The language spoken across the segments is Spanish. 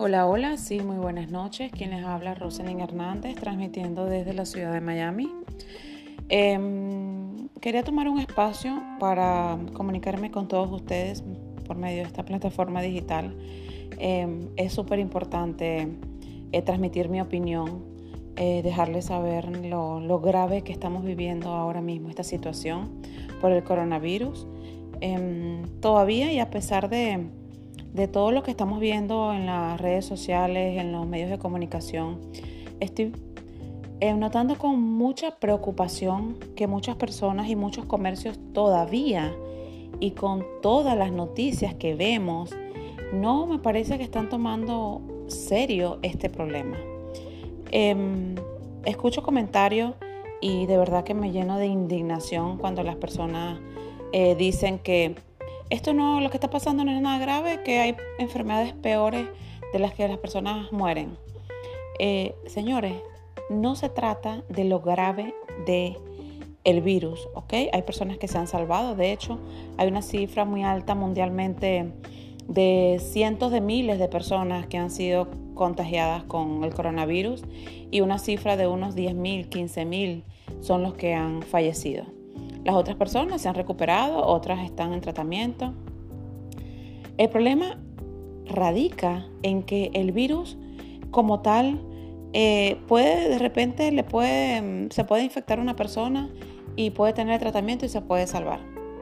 Hola, hola, sí, muy buenas noches. Quien les habla, Roselyn Hernández, transmitiendo desde la ciudad de Miami. Quería tomar un espacio para comunicarme con todos ustedes por medio de esta plataforma digital. Es súper importante transmitir mi opinión, dejarles saber lo grave que estamos viviendo ahora mismo, esta situación por el coronavirus. Todavía y a pesar de todo lo que estamos viendo en las redes sociales, en los medios de comunicación, estoy notando con mucha preocupación que muchas personas y muchos comercios todavía, y con todas las noticias que vemos, no me parece que están tomando serio este problema. Escucho comentarios y de verdad que me lleno de indignación cuando las personas dicen que lo que está pasando no es nada grave, que hay enfermedades peores de las que las personas mueren. Señores, no se trata de lo grave del virus, ¿ok? Hay personas que se han salvado. De hecho, hay una cifra muy alta mundialmente de cientos de miles de personas que han sido contagiadas con el coronavirus, y una cifra de unos 10,000, 15,000 son los que han fallecido. Las otras personas se han recuperado, otras están en tratamiento. El problema radica en que el virus como tal se puede infectar a una persona y puede tener tratamiento y se puede salvar.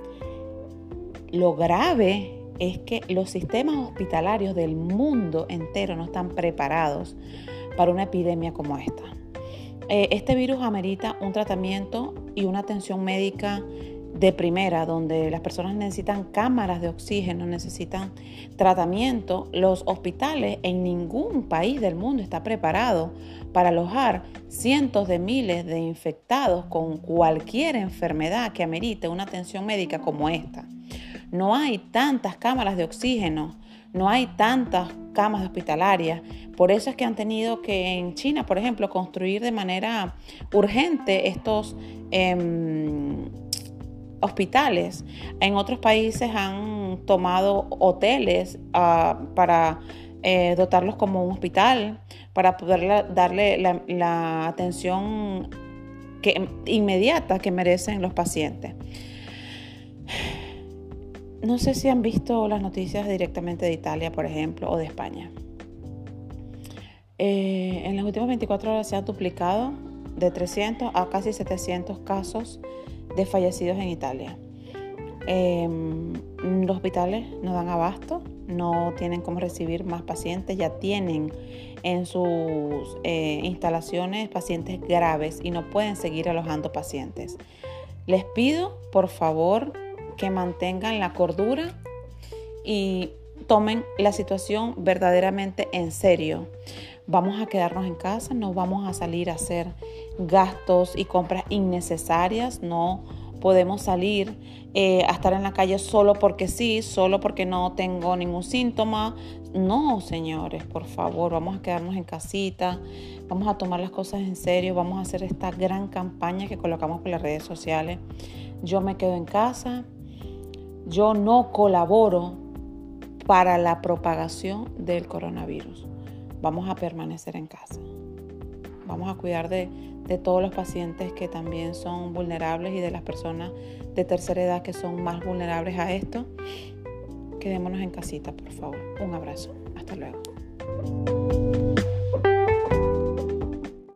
Lo grave es que los sistemas hospitalarios del mundo entero no están preparados para una epidemia como esta. Este virus amerita un tratamiento y una atención médica de primera, donde las personas necesitan cámaras de oxígeno, necesitan tratamiento. Los hospitales en ningún país del mundo está preparado para alojar cientos de miles de infectados con cualquier enfermedad que amerite una atención médica como esta. No hay tantas cámaras de oxígeno, no hay tantas camas hospitalarias. Por eso es que han tenido que en China, por ejemplo, construir de manera urgente estos hospitales. En otros países han tomado hoteles para dotarlos como un hospital, para poder darle la atención inmediata que merecen los pacientes. No sé si han visto las noticias directamente de Italia, por ejemplo, o de España. En las últimas 24 horas se ha duplicado de 300 a casi 700 casos de fallecidos en Italia. Los hospitales no dan abasto, no tienen cómo recibir más pacientes, ya tienen en sus instalaciones pacientes graves y no pueden seguir alojando pacientes. Les pido, por favor, que mantengan la cordura y tomen la situación verdaderamente en serio. Vamos a quedarnos en casa, no vamos a salir a hacer gastos y compras innecesarias. No podemos salir a estar en la calle solo porque sí, solo porque no tengo ningún síntoma. No, señores, por favor, vamos a quedarnos en casita, vamos a tomar las cosas en serio, vamos a hacer esta gran campaña que colocamos por las redes sociales. Yo me quedo en casa, yo no colaboro para la propagación del coronavirus. Vamos a permanecer en casa. Vamos a cuidar de todos los pacientes que también son vulnerables y de las personas de tercera edad que son más vulnerables a esto. Quedémonos en casita, por favor. Un abrazo. Hasta luego.